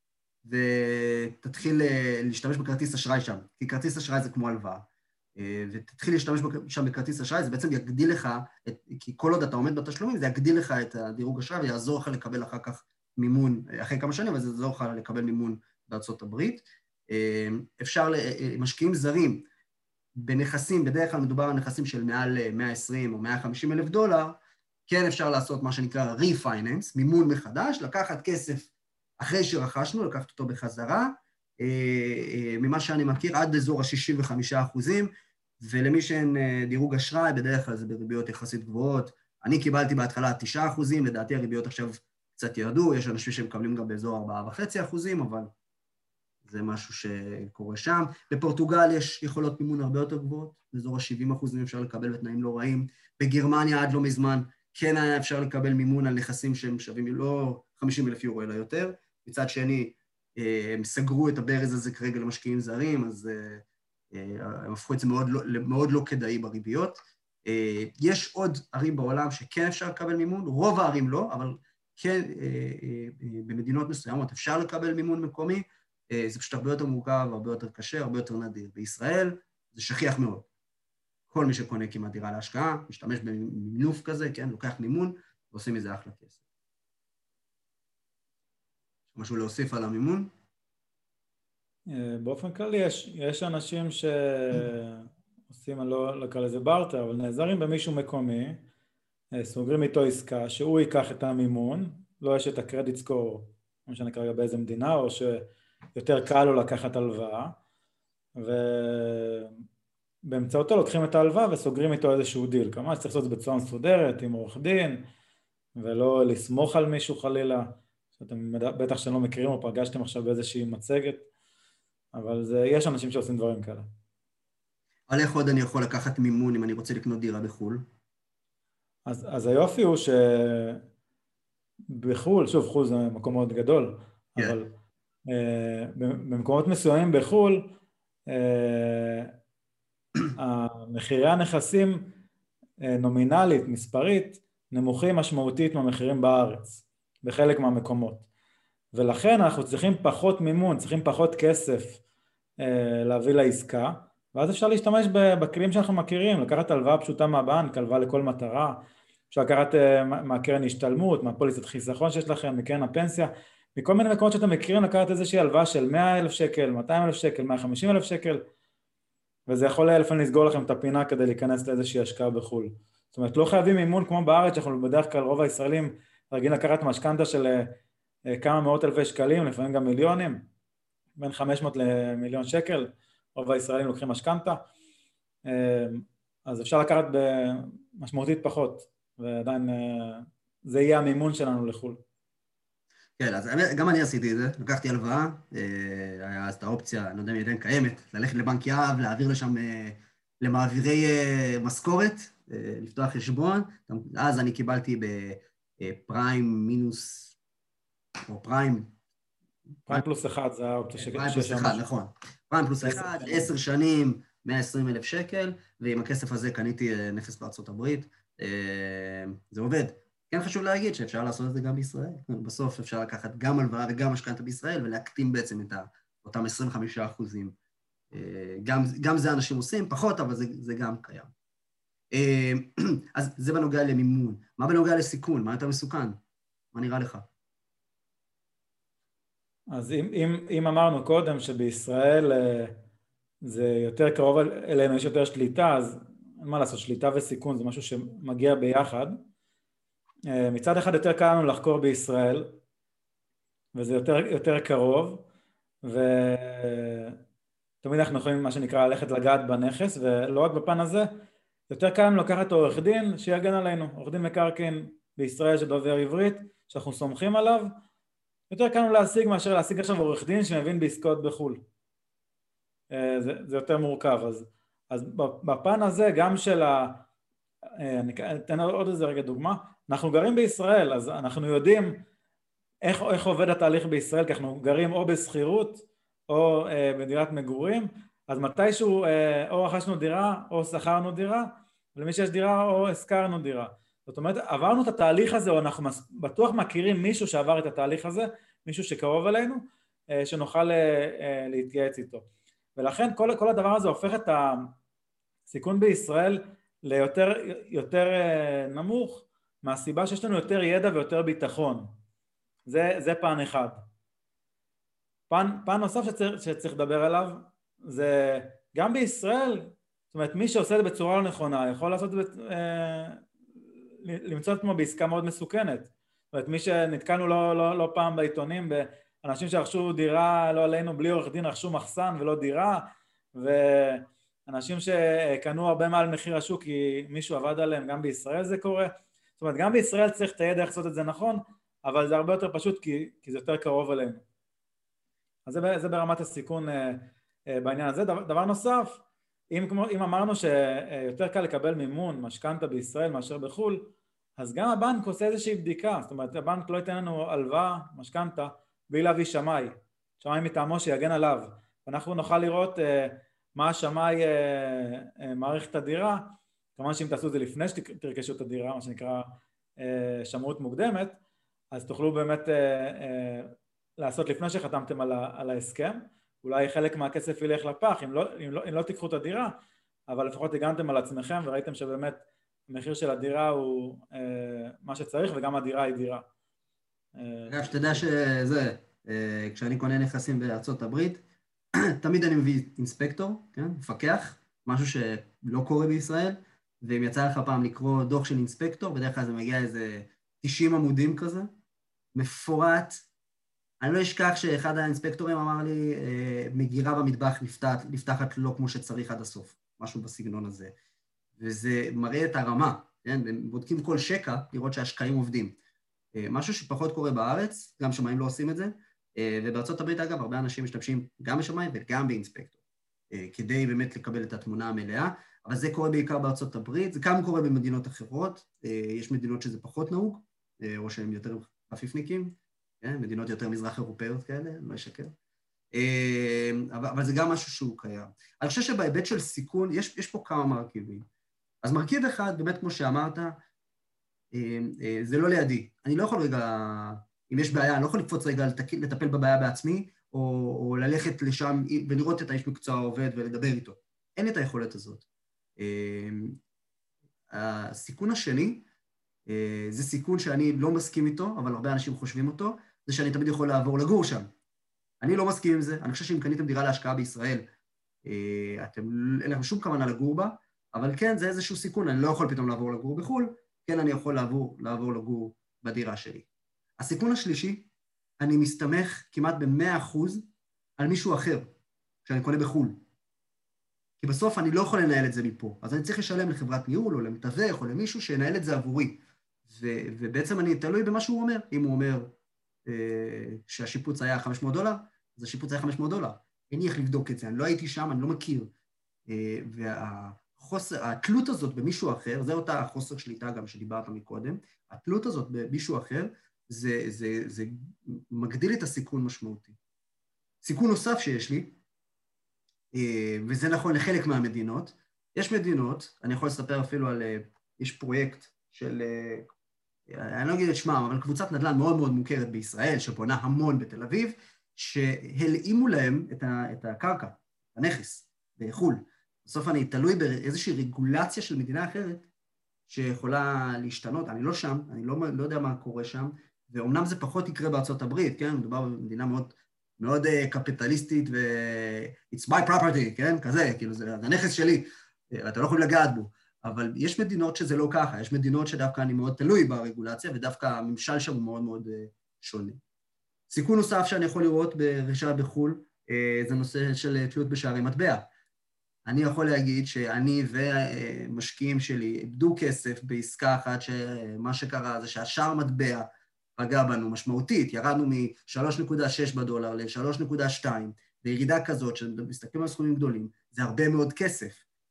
Speaker 2: ותתחיל להשתמש בכרטיס אשראי שם, כי כרטיס אשראי זה כמו הלוואה. ותתחיל להשתמש שם בכרטיס אשראי, זה בעצם יגדיל לך, כי כל עוד אתה עומד בתשלומים, זה יגדיל לך את הדירוג אשראי, ויעזור לך לקבל אחר כך מימון, אחרי כמה שנים, אבל זה יעזור לך לקבל מימון בארצות הברית. אפשר, משקיעים זרים בנכסים, בדרך כלל מדובר על נכסים של מעל מאה ועשרים או מאה וחמישים אלף דולר, כן אפשר לעשות מה שנקרא ריפייננס, מימון מחדש, לקחת כסף אחרי שרכשנו, לקחת אותו בחזרה, ממה שאני מכיר, עד אזור ה-שישים וחמישה אחוזים, ולמי שאין דירוג אשראי, בדרך כלל זה בריביות יחסית גבוהות. אני קיבלתי בהתחלה תשעה אחוזים, לדעתי הריביות עכשיו קצת ירדו, יש אנשים שמקבלים גם באזור ארבעה וחצי אחוזים, אבל זה משהו שקורה שם. בפורטוגל יש יכולות מימון הרבה יותר גבוהות, באזור ה-שבעים אחוזים אפשר לקבל בתנאים לא רעים. בגרמניה עד לא מזמן כן היה אפשר לקבל מימון על נכסים שהם שווים לא חמישים אלף יורו אלא יותר. מצד שני, הם סגרו את הברז הזה כרגע למשקיעים זרים, אז הם הפכו את זה מאוד לא, מאוד לא כדאי בריביות. יש עוד ערים בעולם שכן אפשר לקבל מימון, רוב הערים לא, אבל כן במדינות מסוימות אפשר לקבל מימון מקומי, זה פשוט הרבה יותר מורכב, הרבה יותר קשה, הרבה יותר נדיר. בישראל זה שכיח מאוד. כל מי שקונה כמעט דירה להשקעה, משתמש במינוף כזה, כן, לוקח מימון, ועושים מזה אחלה כסף. משהו להוסיף על המימון?
Speaker 3: באופן כללי יש, יש אנשים שעושים, אני לא אקרא לזה בארטר, אבל נעזרים במישהו מקומי, סוגרים איתו עסקה, שהוא ייקח את המימון, לא יש את הקרדיט סקור, לא משנה כרגע באיזה מדינה, או שיותר קל לו לקחת הלוואה, ובאמצעותו לוקחים את ההלוואה וסוגרים איתו איזשהו דיל. כמובן שצריך לעשות את זה בצורה מסודרת, עם עורך דין, ולא לסמוך על מישהו חלילה, שאתם בטח שאתם לא מכירים או פגשתם עכשיו באיזושהי מצגת, אבל זה, יש אנשים שעושים דברים כאלה.
Speaker 2: על איך עוד אני יכול לקחת מימון אם אני רוצה לקנות דירה בחו"ל?
Speaker 3: אז, אז היופי הוא שבחו"ל, שוב, חו"ל זה מקום מאוד גדול, yeah. אבל אה, במקומות מסוימים בחו"ל, אה, המחירי הנכסים אה, נומינלית, מספרית, נמוכים משמעותית מהמחירים בארץ, בחלק מהמקומות. ולכן אנחנו צריכים פחות מימון, צריכים פחות כסף אה, להביא לעסקה, ואז אפשר להשתמש בכלים שאנחנו מכירים, לקחת הלוואה פשוטה מהבנק, הלוואה לכל מטרה, אפשר לקחת אה, מהקרן השתלמות, מהפוליסת חיסכון שיש לכם, מקרן הפנסיה, מכל מיני מקומות שאתם מכירים, לקחת איזושהי הלוואה של מאה אלף שקל, מאתיים אלף שקל, מאה וחמישים אלף שקל, וזה יכול לפעמים לסגור לכם את הפינה כדי להיכנס לאיזושהי השקעה בחו"ל. זאת אומרת, לא חייבים מימון כמו בארץ, שאנחנו בדרך כלל רוב הישראלים רגילים לקחת משכנתה של כמה מאות אלפי שקלים, לפעמים גם מיליונים, בין חמש מאות למיליון שקל, רוב הישראלים לוקחים משכנתה, אז אפשר לקחת במשמעותית פחות, ועדיין זה יהיה המימון שלנו לחו"ל.
Speaker 2: כן, אז גם אני עשיתי את זה, לקחתי הלוואה, היה אז את האופציה, אני לא יודע אם עדיין קיימת, ללכת לבנק יהב, להעביר לשם למעבירי משכורת, לפתוח חשבון, אז אני קיבלתי בפריים מינוס, או פריים.
Speaker 3: פריים פלוס אחד, זה האופציה.
Speaker 2: פריים פלוס אחד, נכון. פריים פלוס אחד, עשר שנים, מאה ועשרים אלף שקל, ועם הכסף הזה קניתי נכס בארצות הברית. זה עובד. כן חשוב להגיד שאפשר לעשות את זה גם בישראל. בסוף אפשר לקחת גם הלוואה וגם משכנתה בישראל, ולהקטין בעצם את אותם עשרים וחמישה אחוזים. גם, גם זה אנשים עושים, פחות, אבל זה, זה גם קיים. אז זה בנוגע למימון. מה בנוגע לסיכון? מה יותר מסוכן? מה נראה לך?
Speaker 3: אז אם, אם, אם אמרנו קודם שבישראל זה יותר קרוב אלינו, יש יותר שליטה, אז אין מה לעשות, שליטה וסיכון זה משהו שמגיע ביחד. מצד אחד יותר קל לנו לחקור בישראל, וזה יותר, יותר קרוב, ותמיד אנחנו יכולים מה שנקרא ללכת לגעת בנכס, ולא רק בפן הזה, יותר קל לנו לקחת עורך דין שיגן עלינו, עורך דין מקרקעין בישראל שדובר עברית, שאנחנו סומכים עליו, יותר קל לנו להשיג מאשר להשיג עכשיו עורך דין שמבין בעסקאות בחו"ל. זה, זה יותר מורכב, אז, אז בפן הזה גם של ה... אני אתן עוד איזה רגע דוגמה, אנחנו גרים בישראל, אז אנחנו יודעים איך, איך עובד התהליך בישראל, כי אנחנו גרים או בסחירות או אה, בדירת מגורים, אז מתישהו אה, או רכשנו דירה או שכרנו דירה, ולמי שיש דירה או הזכרנו דירה. זאת אומרת, עברנו את התהליך הזה, או אנחנו בטוח מכירים מישהו שעבר את התהליך הזה, מישהו שקרוב אלינו, אה, שנוכל אה, להתייעץ איתו. ולכן כל, כל הדבר הזה הופך את הסיכון בישראל ליותר יותר נמוך, מהסיבה שיש לנו יותר ידע ויותר ביטחון. זה, זה פן אחד. פן, פן נוסף שצריך, שצריך לדבר עליו, זה גם בישראל, זאת אומרת, מי שעושה את זה בצורה לא נכונה, יכול לעשות את זה, אה, למצוא את עצמו בעסקה מאוד מסוכנת. זאת אומרת, מי שנתקלנו לא, לא, לא פעם בעיתונים, באנשים שרכשו דירה, לא עלינו, בלי עורך דין, רכשו מחסן ולא דירה, ואנשים שקנו הרבה מעל מחיר השוק, כי מישהו עבד עליהם, גם בישראל זה קורה. זאת אומרת, גם בישראל צריך את הידע לעשות את זה נכון, אבל זה הרבה יותר פשוט, כי, כי זה יותר קרוב אלינו. אז זה, זה ברמת הסיכון אה, אה, בעניין הזה. דבר, דבר נוסף, אם, כמו, אם אמרנו שיותר קל לקבל מימון, משכנתא בישראל מאשר בחול, אז גם הבנק עושה איזושהי בדיקה, זאת אומרת, הבנק לא ייתן לנו הלוואה, משכנתא, בלי להביא שמאי, שמאי מטעמו שיגן עליו. ואנחנו נוכל לראות אה, מה השמאי אה, אה, מעריך את הדירה, כמובן שאם תעשו את זה לפני שתרכשו את הדירה, מה שנקרא אה, שמאות מוקדמת, אז תוכלו באמת אה, אה, לעשות לפני שחתמתם על, ה, על ההסכם, אולי חלק מהכסף ילך לפח, אם לא, אם לא, אם לא תיקחו את הדירה, אבל לפחות הגנתם על עצמכם וראיתם שבאמת המחיר של הדירה הוא אה, מה שצריך, וגם הדירה היא דירה.
Speaker 2: אגב, שתדע שזה, אה, כשאני קונה נכסים בארצות הברית, תמיד אני מביא אינספקטור, כן? מפקח, משהו שלא קורה בישראל, ואם יצא לך פעם לקרוא דוח של אינספקטור, בדרך כלל זה מגיע איזה תשעים עמודים כזה, מפורט. אני לא אשכח שאחד האינספקטורים אמר לי, מגירה במטבח נפתחת, נפתחת לא כמו שצריך עד הסוף, משהו בסגנון הזה. וזה מראה את הרמה, כן? הם בודקים כל שקע, לראות שהשקעים עובדים. משהו שפחות קורה בארץ, גם שמאים לא עושים את זה, ובארצות הברית, אגב, הרבה אנשים משתמשים גם בשמאים וגם באינספקטור, כדי באמת לקבל את התמונה המלאה, אבל זה קורה בעיקר בארצות הברית, זה גם קורה במדינות אחרות, יש מדינות שזה פחות נהוג, או שהן יותר חפיפניקים, מדינות יותר מזרח אירופאיות כאלה, לא אשקר, אבל זה גם משהו שהוא קיים. אני חושב שבהיבט של סיכון, יש, יש פה כמה מרכיבים. אז מרכיב אחד, באמת כמו שאמרת, זה לא לידי. אני לא יכול רגע, אם יש בעיה, אני לא יכול לקפוץ רגע לטפל בבעיה בעצמי, או, או ללכת לשם ולראות את האיש מקצוע העובד ולדבר איתו. אין את היכולת הזאת. הסיכון השני, זה סיכון שאני לא מסכים איתו, אבל הרבה אנשים חושבים אותו, זה שאני תמיד יכול לעבור לגור שם. אני לא מסכים עם זה, אני חושב שאם קניתם דירה להשקעה בישראל, אתם, אין לכם שום כוונה לגור בה, אבל כן, זה איזשהו סיכון, אני לא יכול פתאום לעבור לגור בחול, כן, אני יכול לעבור, לעבור לגור בדירה שלי. הסיכון השלישי, אני מסתמך כמעט ב-מאה אחוז על מישהו אחר, כשאני קונה בחול. כי בסוף אני לא יכול לנהל את זה מפה, אז אני צריך לשלם לחברת ניהול, או למתווך, או למישהו שינהל את זה עבורי. ו- ובעצם אני תלוי במה שהוא אומר. אם הוא אומר אה, שהשיפוץ היה חמש מאות דולר, אז השיפוץ היה חמש מאות דולר. אין לי איך לבדוק את זה, אני לא הייתי שם, אני לא מכיר. אה, והחוסר, התלות הזאת במישהו אחר, זה אותה החוסר שליטה גם שדיברת מקודם, התלות הזאת במישהו אחר, זה, זה, זה מגדיל את הסיכון משמעותי. סיכון נוסף שיש לי, וזה נכון לחלק מהמדינות, יש מדינות, אני יכול לספר אפילו על, יש פרויקט של, אני לא אגיד את שמם, אבל קבוצת נדל"ן מאוד מאוד מוכרת בישראל, שבונה המון בתל אביב, שהלאימו להם את, ה, את הקרקע, הנכס, בחול. בסוף אני תלוי באיזושהי רגולציה של מדינה אחרת, שיכולה להשתנות, אני לא שם, אני לא, לא יודע מה קורה שם, ואומנם זה פחות יקרה בארצות הברית, כן? מדובר במדינה מאוד, מאוד קפיטליסטית, ו... it's my property, כן? כזה, כאילו זה, זה הנכס שלי, אתה לא יכול לגעת בו. אבל יש מדינות שזה לא ככה, יש מדינות שדווקא אני מאוד תלוי ברגולציה, ודווקא הממשל שם הוא מאוד מאוד שונה. סיכון נוסף שאני יכול לראות ברכישה בחו"ל, זה נושא של תלות בשערי מטבע. אני יכול להגיד שאני ומשקיעים שלי איבדו כסף בעסקה אחת, שמה שקרה זה שהשער מטבע פגע בנו משמעותית, ירדנו מ-שלוש נקודה שש בדולר ל-שלוש נקודה שתיים, בירידה כזאת, שמסתכלים על סכומים גדולים, זה הרבה מאוד כסף.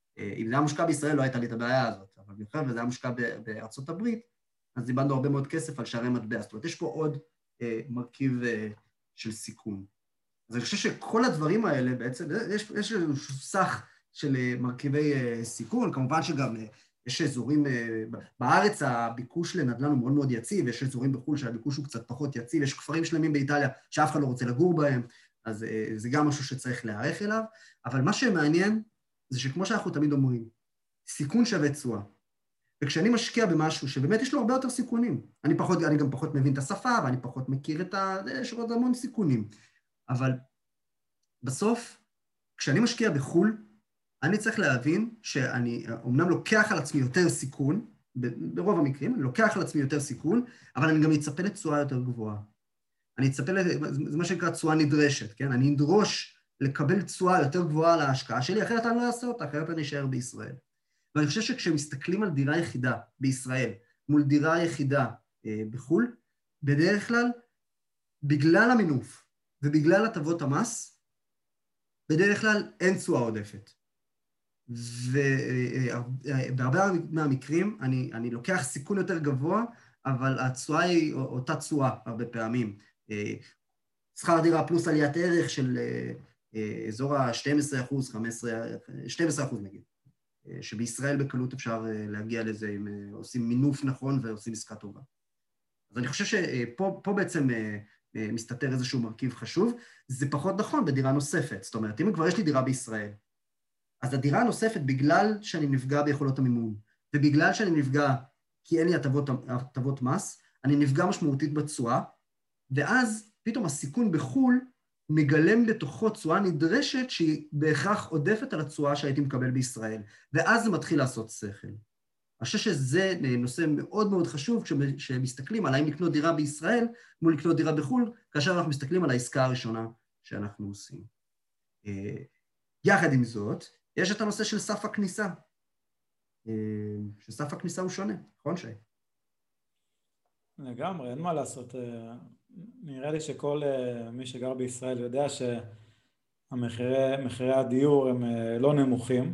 Speaker 2: אם זה היה מושקע בישראל, לא הייתה לי את הבעיה הזאת, אבל במיוחד וזה היה מושקע בארצות הברית, אז איבדנו הרבה מאוד כסף על שערי מטבע. זאת אומרת, יש פה עוד אה, מרכיב אה, של סיכון. אז אני חושב שכל הדברים האלה בעצם, יש, יש איזשהו סך של אה, מרכיבי אה, סיכון, כמובן שגם אה, יש אזורים, אה, בארץ הביקוש לנדל"ן הוא מאוד מאוד יציב, יש אזורים בחו"ל שהביקוש הוא קצת פחות יציב, יש כפרים שלמים באיטליה שאף אחד לא רוצה לגור בהם, אז אה, זה גם משהו שצריך להיערך אליו, אבל מה שמעניין זה שכמו שאנחנו תמיד אומרים, סיכון שווה תשואה. וכשאני משקיע במשהו שבאמת יש לו הרבה יותר סיכונים, אני, פחות, אני גם פחות מבין את השפה, ואני פחות מכיר את ה... יש עוד המון סיכונים. אבל בסוף, כשאני משקיע בחו"ל, אני צריך להבין שאני אומנם לוקח על עצמי יותר סיכון, ברוב המקרים, אני לוקח על עצמי יותר סיכון, אבל אני גם אצפה לתשואה יותר גבוהה. אני אצפה, זה מה שנקרא תשואה נדרשת, כן? אני אדרוש לקבל תשואה יותר גבוהה על ההשקעה שלי, אחרת אני לא אעשה אותה, אחרת אני אשאר בישראל. ואני חושב שכשמסתכלים על דירה יחידה בישראל, מול דירה יחידה אה, בחו"ל, בדרך כלל, בגלל המינוף ובגלל הטבות המס, בדרך כלל אין תשואה עודפת. ובהרבה מהמקרים אני, אני לוקח סיכון יותר גבוה, אבל התשואה היא אותה תשואה הרבה פעמים. אה, שכר דירה פלוס עליית ערך של אה, אה, אזור ה-שנים עשר אחוז, חמש עשרה, שנים עשר אחוז נגיד. שבישראל בקלות אפשר להגיע לזה אם עושים מינוף נכון ועושים עסקה טובה. אז אני חושב שפה פה בעצם מסתתר איזשהו מרכיב חשוב, זה פחות נכון בדירה נוספת. זאת אומרת, אם כבר יש לי דירה בישראל, אז הדירה הנוספת, בגלל שאני נפגע ביכולות המימון, ובגלל שאני נפגע כי אין לי הטבות, הטבות מס, אני נפגע משמעותית בתשואה, ואז פתאום הסיכון בחו"ל מגלם בתוכו תשואה נדרשת שהיא בהכרח עודפת על התשואה שהייתי מקבל בישראל, ואז זה מתחיל לעשות שכל. אני חושב שזה נושא מאוד מאוד חשוב כשמסתכלים על האם לקנות דירה בישראל מול לקנות דירה בחו"ל, כאשר אנחנו מסתכלים על העסקה הראשונה שאנחנו עושים. יחד עם זאת, יש את הנושא של סף הכניסה, שסף הכניסה הוא שונה, נכון שי?
Speaker 3: לגמרי, אין מה לעשות. נראה לי שכל מי שגר בישראל יודע שהמחירי הדיור הם לא נמוכים,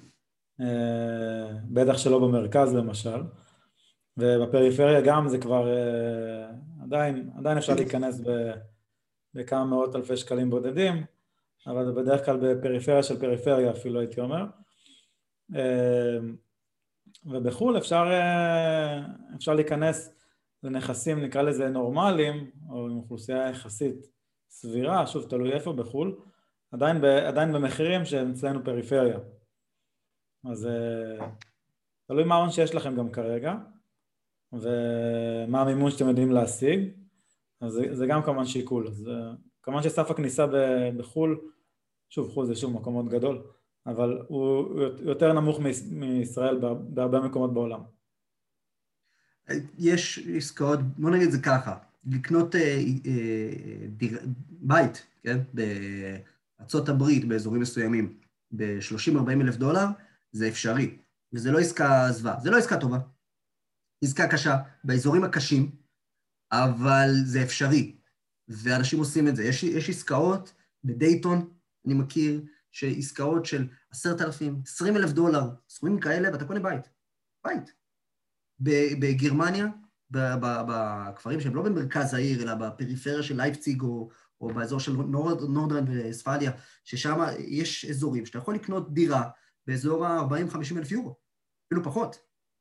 Speaker 3: בטח שלא במרכז למשל, ובפריפריה גם זה כבר עדיין, עדיין אפשר להיכנס בכמה מאות אלפי שקלים בודדים, אבל בדרך כלל בפריפריה של פריפריה אפילו הייתי אומר. ובחו"ל אפשר, אפשר להיכנס לנכסים, נקרא לזה נורמליים, או עם אוכלוסייה יחסית סבירה, שוב תלוי איפה בחו"ל, עדיין, ב, עדיין במחירים שהם אצלנו פריפריה. אז תלוי מה ההון שיש לכם גם כרגע, ומה המימון שאתם יודעים להשיג, אז זה, זה גם כמובן שיקול. אז כמובן שסף הכניסה בחו"ל, שוב חו"ל זה שוב מקום מאוד גדול, אבל הוא יותר נמוך מישראל בהרבה מקומות בעולם.
Speaker 2: יש עסקאות, בוא נגיד זה ככה, לקנות אה, אה, דיר, בית, כן, בארצות הברית, באזורים מסוימים, ב-שלושים ארבעים אלף דולר, זה אפשרי, וזה לא עסקה זווה, זה לא עסקה טובה, עסקה קשה, באזורים הקשים, אבל זה אפשרי, ואנשים עושים את זה. יש, יש עסקאות בדייטון, אני מכיר, שעסקאות של עשרת אלפים, עשרים אלף דולר, סכומים כאלה, ואתה קונה בית, בית. בגרמניה, בכפרים שהם לא במרכז העיר, אלא בפריפריה של לייפציג, או, או באזור של נורד, נורדרן וספליה, ששם יש אזורים שאתה יכול לקנות דירה באזור ה-ארבעים חמישים אלף יורו, אפילו פחות.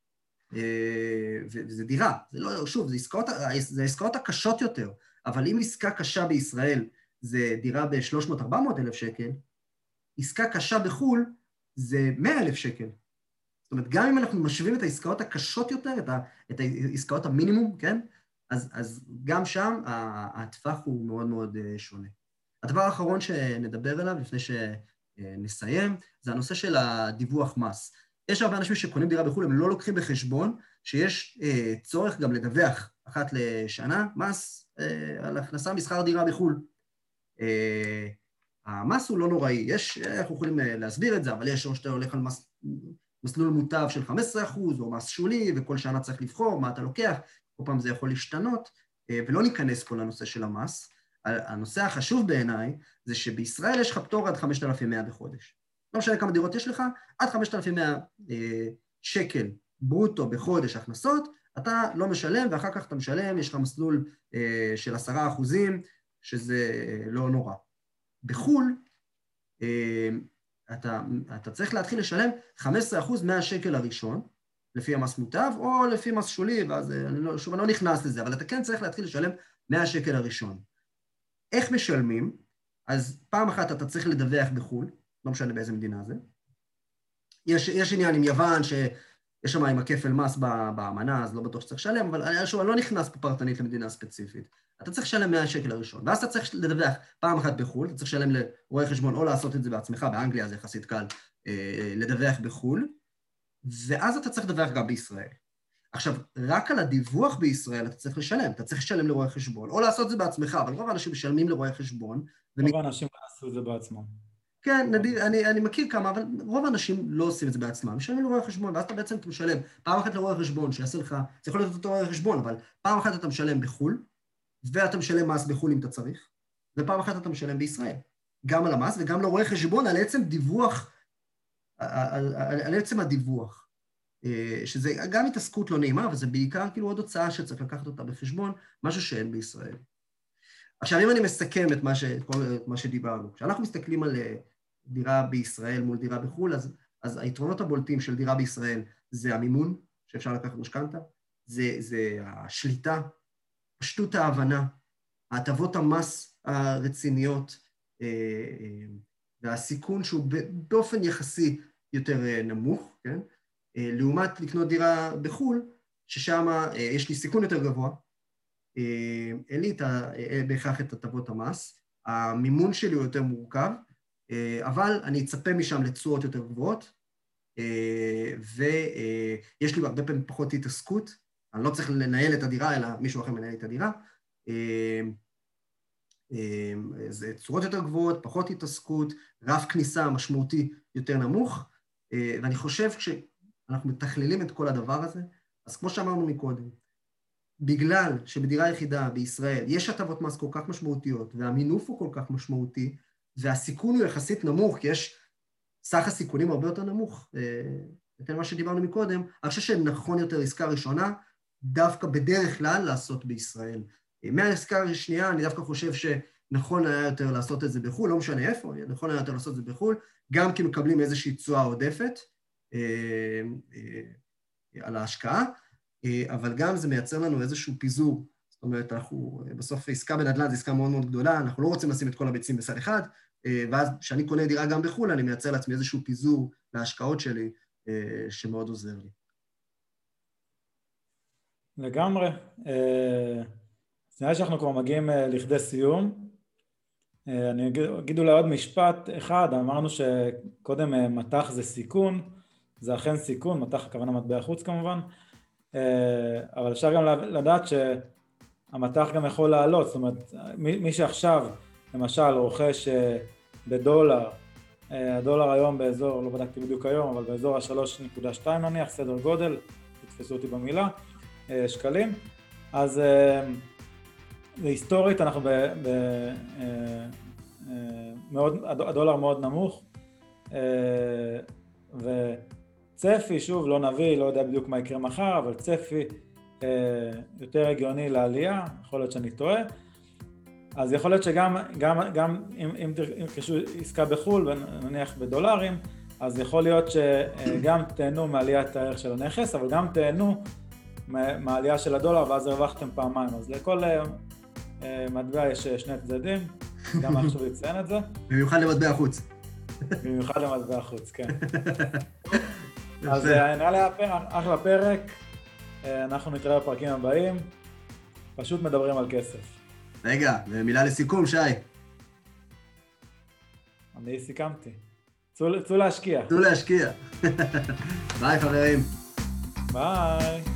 Speaker 2: וזה דירה, זה לא, שוב, זה עסקאות, זה עסקאות הקשות יותר, אבל אם עסקה קשה בישראל זה דירה ב-שלוש מאות ארבע מאות אלף שקל, עסקה קשה בחו"ל זה מאה אלף שקל. זאת אומרת, גם אם אנחנו משווים את העסקאות הקשות יותר, את, ה, את העסקאות המינימום, כן? אז, אז גם שם הטווח הוא מאוד מאוד שונה. הדבר האחרון שנדבר עליו לפני שנסיים, זה הנושא של הדיווח מס. יש הרבה אנשים שקונים דירה בחו"ל, הם לא לוקחים בחשבון שיש אה, צורך גם לדווח אחת לשנה מס אה, על הכנסה משכר דירה בחו"ל. אה, המס הוא לא נוראי, יש, אנחנו יכולים להסביר את זה, אבל יש או שאתה הולך על מס, מסלול מוטב של חמישה עשר אחוז, או מס שולי, וכל שנה צריך לבחור מה אתה לוקח, כל פעם זה יכול להשתנות, ולא ניכנס פה לנושא של המס. הנושא החשוב בעיניי, זה שבישראל יש לך פטור עד חמשת אלפים ומאה בחודש. לא משנה כמה דירות יש לך, עד חמשת אלפים ומאה שקל ברוטו בחודש הכנסות, אתה לא משלם, ואחר כך אתה משלם, יש לך מסלול של עשרה אחוזים, שזה לא נורא. בחול, אתה, אתה צריך להתחיל לשלם חמישה עשר אחוז מהשקל הראשון, לפי המס מוטב, או לפי מס שולי, ואז אני לא, שוב, אני לא נכנס לזה, אבל אתה כן צריך להתחיל לשלם מהשקל הראשון. איך משלמים? אז פעם אחת אתה צריך לדווח בחול, לא משנה באיזה מדינה זה. יש, יש עניין עם יוון, שיש שם עם הכפל מס באמנה, אז לא בטוח שצריך לשלם, אבל שוב, אני לא נכנס פה פרטנית למדינה ספציפית. אתה צריך לשלם מהשקל הראשון, ואז אתה צריך לדווח פעם אחת בחול, אתה צריך לשלם לרואה חשבון, או לעשות את זה בעצמך, באנגליה זה יחסית קל אה, לדווח בחול, ואז אתה צריך לדווח גם בישראל. עכשיו, רק על הדיווח בישראל אתה צריך לשלם, אתה צריך לשלם לרואה חשבון, או לעשות את זה בעצמך, אבל רוב האנשים משלמים לרואה חשבון.
Speaker 3: רוב האנשים לא עשו את זה בעצמם.
Speaker 2: כן, נדיר, אני, אני מכיר כמה, אבל רוב האנשים לא עושים את זה בעצמם, משלמים לרואה חשבון, ואז אתה בעצם משלם פעם אחת לרואה חשבון, שיעשה לך, זה יכול להיות אותו רואה חשבון, אבל פעם אחת אתה משלם בחול, ואתה משלם מס בחול אם אתה צריך, ופעם אחת אתה משלם בישראל, גם על המס וגם לרואה חשבון על עצם דיווח, על, על, על עצם הדיווח, שזה גם התעסקות לא נעימה, אבל זה בעיקר כאילו עוד הוצאה שצריך לקחת אותה בחשבון, משהו שאין בישראל. עכשיו, אם אני מסכם את מה, ש, את מה שדיברנו, כשאנחנו מסתכלים על דירה בישראל מול דירה בחו"ל, אז, אז היתרונות הבולטים של דירה בישראל זה המימון, שאפשר לקחת משכנתא, זה, זה השליטה, פשטות ההבנה, ההטבות המס הרציניות, והסיכון שהוא באופן יחסי יותר נמוך, כן? לעומת לקנות דירה בחו"ל, ששם יש לי סיכון יותר גבוה, אין לי בהכרח את הטבות המס, המימון שלי הוא יותר מורכב, אבל אני אצפה משם לתשואות יותר גבוהות, ויש לי הרבה פעמים פחות התעסקות, אני לא צריך לנהל את הדירה, אלא מישהו אחר מנהל את הדירה, זה צורות יותר גבוהות, פחות התעסקות, רף כניסה משמעותי יותר נמוך, ואני חושב כשאנחנו מתכללים את כל הדבר הזה, אז כמו שאמרנו מקודם, בגלל שבדירה יחידה בישראל יש הטבות מס כל כך משמעותיות, והמינוף הוא כל כך משמעותי, והסיכון הוא יחסית נמוך, כי יש סך הסיכונים הרבה יותר נמוך, אתן מה שדיברנו מקודם, אני חושב שנכון יותר עסקה ראשונה, דווקא בדרך כלל לעשות בישראל. מהעסקה השנייה, אני דווקא חושב שנכון היה יותר לעשות את זה בחו"ל, לא משנה איפה, נכון היה יותר לעשות את זה בחו"ל, גם כי מקבלים איזושהי תשואה עודפת על ההשקעה, אבל גם זה מייצר לנו איזשהו פיזור, זאת אומרת, אנחנו, בסוף עסקה בנדל"ן זו עסקה מאוד מאוד גדולה, אנחנו לא רוצים לשים את כל הביצים בסל אחד, ואז כשאני קונה דירה גם בחו"ל, אני מייצר לעצמי איזשהו פיזור להשקעות שלי, שמאוד עוזר לי.
Speaker 3: לגמרי. אז נראה שאנחנו כבר מגיעים לכדי סיום. אני אגיד אולי עוד משפט אחד, אמרנו שקודם מטח זה סיכון, זה אכן סיכון, מטח הכוונה מטבע חוץ כמובן, אבל אפשר גם לדעת שהמטח גם יכול לעלות, זאת אומרת, מי שעכשיו למשל רוכש בדולר, הדולר היום באזור, לא בדקתי בדיוק היום, אבל באזור ה-שלוש נקודה שתיים נניח, סדר גודל, תתפסו אותי במילה, שקלים, אז היסטורית אנחנו ב, ב, מאוד, הדולר מאוד נמוך, וצפי, שוב, לא נביא, לא יודע בדיוק מה יקרה מחר, אבל צפי יותר הגיוני לעלייה, יכול להיות שאני טועה, אז יכול להיות שגם גם, גם אם, אם תרכשו עסקה בחו"ל, נניח בדולרים, אז יכול להיות שגם תהנו מעליית הערך של הנכס, אבל גם תהנו מהעלייה של הדולר, ואז הרווחתם פעמיים. אז לכל מטבע יש שני צדדים, גם חשוב לציין את זה.
Speaker 2: במיוחד למטבע חוץ.
Speaker 3: במיוחד למטבע חוץ, כן. אז נראה לי אחלה פרק, אנחנו נתראה בפרקים הבאים, פשוט מדברים על כסף.
Speaker 2: רגע, ומילה לסיכום, שי.
Speaker 3: אני סיכמתי. צאו להשקיע.
Speaker 2: צאו להשקיע. ביי חברים.
Speaker 3: ביי.